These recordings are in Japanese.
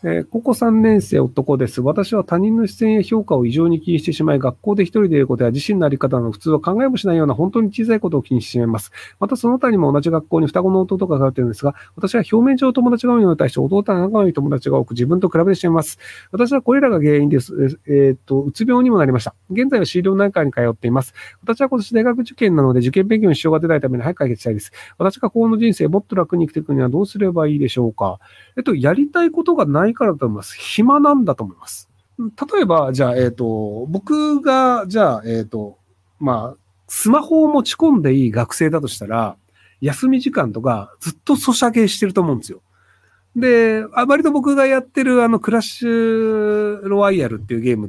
高校3年生男です。私は他人の視線や評価を異常に気にしてしまい、学校で一人でいることや自身のあり方の普通は考えもしないような本当に小さいことを気にしてしまいます。またその他にも同じ学校に双子の弟が通っているんですが、私は表面上友達が多いのに対して弟は仲がいい友達が多く自分と比べてしまいます。私はこれらが原因です。うつ病にもなりました。現在は心療内科に通っています。私は今年大学受験なので受験勉強に支障が出ないために早く解決したいです。私が今後の人生もっと楽に生きていくにはどうすればいいでしょうか。やりたいことがないからだと思います。暇なんだと思います。例えば、じゃあ、僕が、じゃあ、まあ、スマホを持ち込んでいい学生だとしたら、休み時間とかずっとソシャゲしてると思うんですよ。で、割と僕がやってるクラッシュロワイヤルっていうゲームって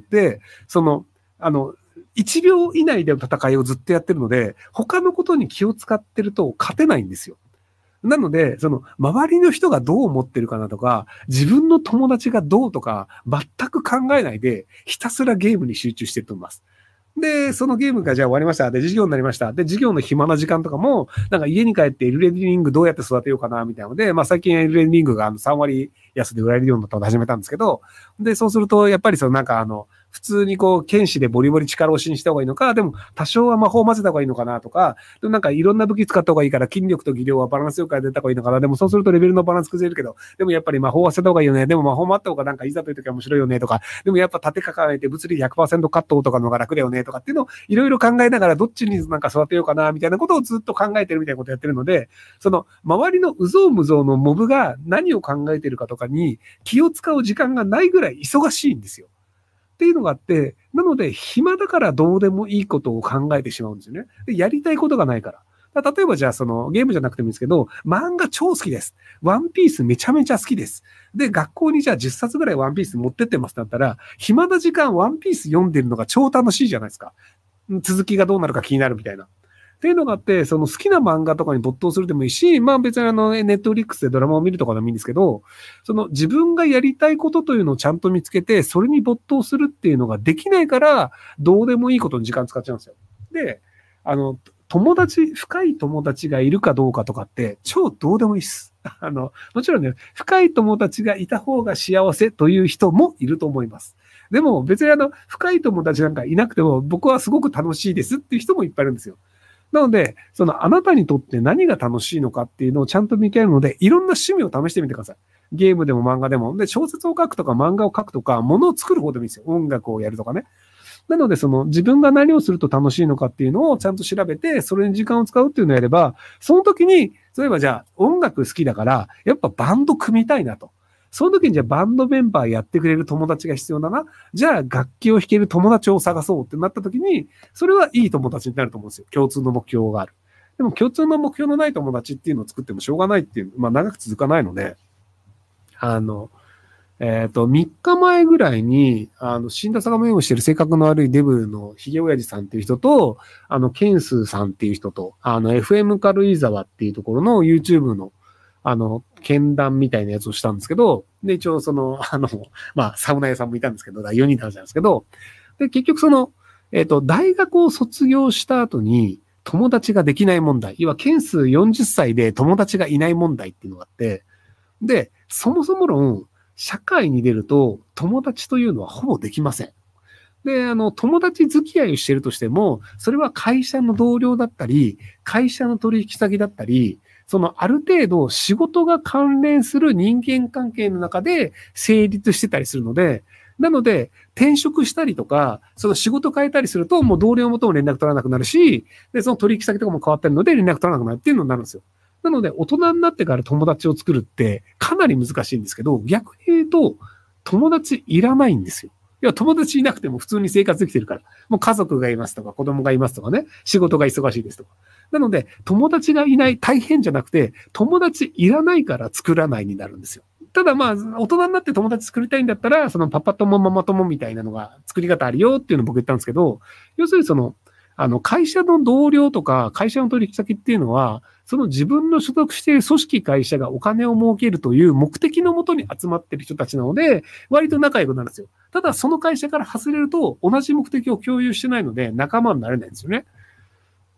、1秒以内での戦いをずっとやってるので、他のことに気を使ってると勝てないんですよ。なので、周りの人がどう思ってるかなとか、自分の友達がどうとか、全く考えないで、ひたすらゲームに集中してると思います。で、そのゲームがじゃあ終わりました。で、授業になりました。で、授業の暇な時間とかも、なんか家に帰ってエルレディリングどうやって育てようかな、みたいなので、まあ最近エルレディリングが3割安で売られるようになったので始めたんですけど、で、そうすると、やっぱりなんか普通に剣士でボリボリ力押しにした方がいいのか、でも多少は魔法を混ぜた方がいいのかなとか、でもなんかいろんな武器使った方がいいから筋力と技量はバランスよく出た方がいいのかな、でもそうするとレベルのバランス崩れるけど、でもやっぱり魔法は捨てた方がいいよね、でも魔法もあった方がなんかいざという時は面白いよねとか、でもやっぱ盾抱えて物理 100% カットとかの方が楽だよねとかっていうのをいろいろ考えながらどっちになんか育てようかなみたいなことをずっと考えてるみたいなことをやってるので、周りのうぞうむぞうのモブが何を考えてるかとかに気を使う時間がないぐらい忙しいんですよ。っていうのがあって、なので暇だからどうでもいいことを考えてしまうんですよね。で、やりたいことがないから。例えばじゃあゲームじゃなくてもいいんですけど、漫画超好きです。ワンピースめちゃめちゃ好きです。で、学校にじゃあ10冊ぐらいワンピース持ってってますってなったら、暇な時間ワンピース読んでるのが超楽しいじゃないですか。続きがどうなるか気になるみたいな。っていうのがあって、好きな漫画とかに没頭するでもいいし、まあ別にネットフリックスでドラマを見るとかでもいいんですけど、自分がやりたいことというのをちゃんと見つけて、それに没頭するっていうのができないから、どうでもいいことに時間使っちゃうんですよ。で、深い友達がいるかどうかとかって、超どうでもいいです。もちろんね、深い友達がいた方が幸せという人もいると思います。でも別に深い友達なんかいなくても僕はすごく楽しいですっていう人もいっぱいいるんですよ。なので、あなたにとって何が楽しいのかっていうのをちゃんと見極めるので、いろんな趣味を試してみてください。ゲームでも漫画でも。で、小説を書くとか漫画を書くとか、物を作る方でもいいですよ。音楽をやるとかね。なので、自分が何をすると楽しいのかっていうのをちゃんと調べて、それに時間を使うっていうのをやれば、その時に、例えばじゃあ、音楽好きだから、やっぱバンド組みたいなと。その時にじゃあバンドメンバーやってくれる友達が必要だな。じゃあ楽器を弾ける友達を探そうってなった時に、それはいい友達になると思うんですよ。共通の目標がある。でも共通の目標のない友達っていうのを作ってもしょうがないっていう、まあ長く続かないので、3日前ぐらいに、死んだ坂目をしてる性格の悪いデブのヒゲ親父さんっていう人と、ケンスーさんっていう人と、FM 軽井沢っていうところの YouTube の、見談みたいなやつをしたんですけど、で、一応まあ、サウナ屋さんもいたんですけど、4人いたんですけど、で、結局大学を卒業した後に友達ができない問題、要は、ケンスー40歳で友達がいない問題っていうのがあって、で、そもそも論、社会に出ると友達というのはほぼできません。で、友達付き合いをしているとしても、それは会社の同僚だったり、会社の取引先だったり、ある程度仕事が関連する人間関係の中で成立してたりするので、なので、転職したりとか、その仕事変えたりすると、もう同僚もとも連絡取らなくなるし、で、その取引先とかも変わってるので連絡取らなくなるっていうのになるんですよ。なので、大人になってから友達を作るってかなり難しいんですけど、逆に言うと、友達いらないんですよ。いや、友達いなくても普通に生活できてるから。もう家族がいますとか、子供がいますとかね、仕事が忙しいですとか。なので、友達がいない大変じゃなくて、友達いらないから作らないになるんですよ。ただまあ、大人になって友達作りたいんだったら、パパ友ママ友みたいなのが作り方あるよっていうのを僕言ったんですけど、要するに会社の同僚とか会社の取引先っていうのは、その自分の所属している組織会社がお金を儲けるという目的のもとに集まっている人たちなので、割と仲良くなるんですよ。ただその会社から外れると同じ目的を共有してないので仲間になれないんですよね。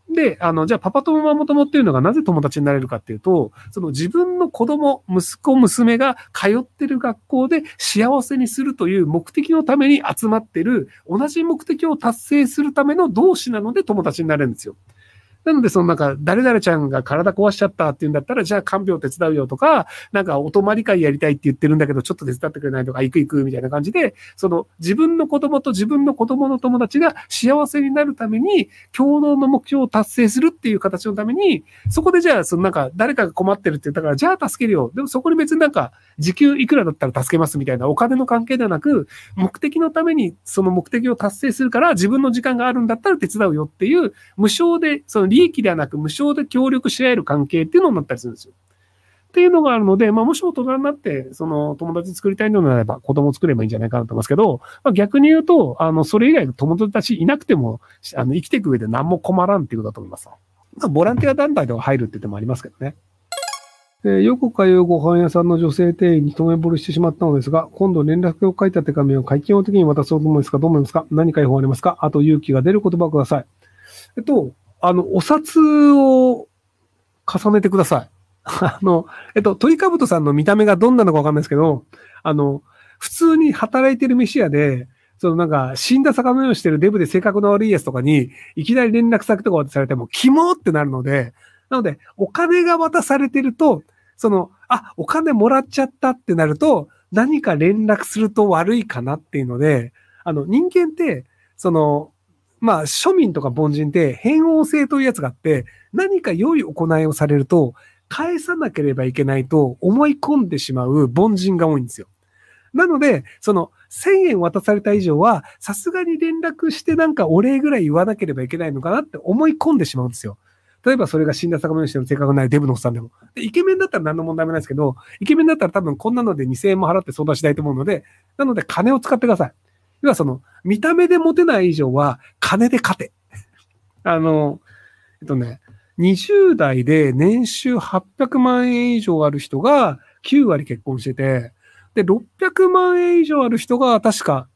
で、じゃあパパ友ママ友っていうのがなぜ友達になれるかっていうと、その自分の子供、息子、娘が通ってる学校で幸せにするという目的のために集まってる、同じ目的を達成するための同志なので友達になれるんですよ。なので、誰々ちゃんが体壊しちゃったっていうんだったら、じゃあ看病手伝うよとか、お泊まり会やりたいって言ってるんだけど、ちょっと手伝ってくれないとか、行く行くみたいな感じで、自分の子供と自分の子供の友達が幸せになるために、共同の目標を達成するっていう形のために、そこでじゃあ、誰かが困ってるって言ったから、じゃあ助けるよ。でもそこに別に時給いくらだったら助けますみたいなお金の関係ではなく、目的のためにその目的を達成するから、自分の時間があるんだったら手伝うよっていう、無償で、利益ではなく無償で協力し合える関係っていうのになったりするんですよ。っていうのがあるので、もし大人になって、友達作りたいのであれば子供作ればいいんじゃないかなと思いますけど、逆に言うと、それ以外の友達いなくても、生きていく上で何も困らんっていうことだと思います。ボランティア団体とか入るって言ってもありますけどね。よく通うご飯屋さんの女性店員に一目惚れしてしまったのですが、今度連絡を書いた手紙を会計の時に渡そうと思うんですが、どう思いますか？何か違法ありますか？あと勇気が出る言葉をください。お札を重ねてください。トリカブトさんの見た目がどんなのかわかんないですけど、普通に働いてる飯屋で、死んだ魚のようにしてるデブで性格の悪いやつとかに、いきなり連絡先とか渡されても、キモってなるので、なので、お金が渡されてると、お金もらっちゃったってなると、何か連絡すると悪いかなっていうので、人間って、庶民とか凡人って変応性というやつがあって、何か良い行いをされると、返さなければいけないと思い込んでしまう凡人が多いんですよ。なので、1000円渡された以上は、さすがに連絡してお礼ぐらい言わなければいけないのかなって思い込んでしまうんですよ。例えばそれが死んだ魚の人の性格のないデブのおっさんでも。で、イケメンだったら何の問題もないですけど、イケメンだったら多分こんなので2000円も払って相談しないと思うので、なので金を使ってください。要は見た目でモテない以上は、金で勝て。20代で年収800万円以上ある人が9割結婚してて、で、600万円以上ある人が確か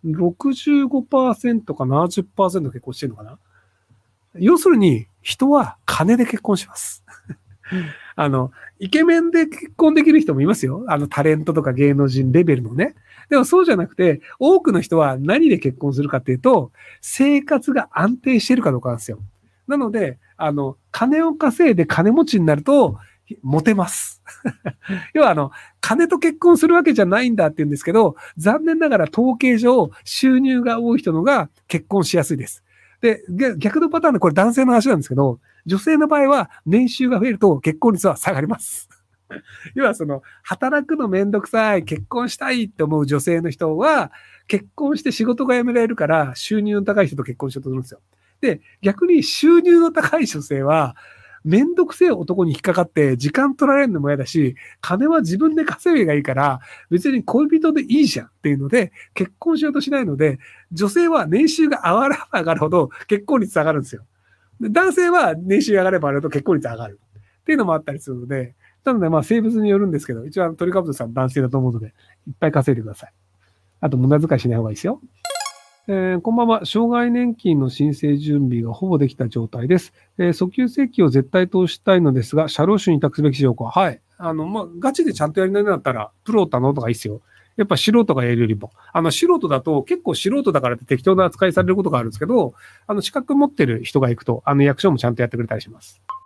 65%か70%結婚してるのかな。要するに、人は金で結婚します。イケメンで結婚できる人もいますよ。タレントとか芸能人レベルのね。でもそうじゃなくて、多くの人は何で結婚するかっていうと、生活が安定してるかどうかなんですよ。なので、金を稼いで金持ちになると、モテます。要は、金と結婚するわけじゃないんだって言うんですけど、残念ながら統計上、収入が多い人のが結婚しやすいです。で、逆のパターンでこれ男性の話なんですけど、女性の場合は年収が増えると結婚率は下がります。要は働くのめんどくさい、結婚したいって思う女性の人は、結婚して仕事が辞められるから収入の高い人と結婚しようとするんですよ。で、逆に収入の高い女性は、めんどくせえ男に引っかかって時間取られるのも嫌だし、金は自分で稼げばいいから、別に恋人でいいじゃんっていうので、結婚しようとしないので、女性は年収が上がれば上がるほど結婚率上がるんですよ。で男性は年収上がれば上がると結婚率上がる。っていうのもあったりするので、なので生物によるんですけど、一応トリカブトさん男性だと思うので、いっぱい稼いでください。あと無駄遣いしない方がいいですよ。こんばんは。障害年金の申請準備がほぼできた状態です。訴求請求を絶対通したいのですが、社労士に託すべきでしょうか？はい。ガチでちゃんとやりないんだったら、プロを頼んだ方がいいですよ。やっぱ素人がやるよりも。素人だと結構素人だからって適当な扱いされることがあるんですけど、資格持ってる人が行くと、役所もちゃんとやってくれたりします。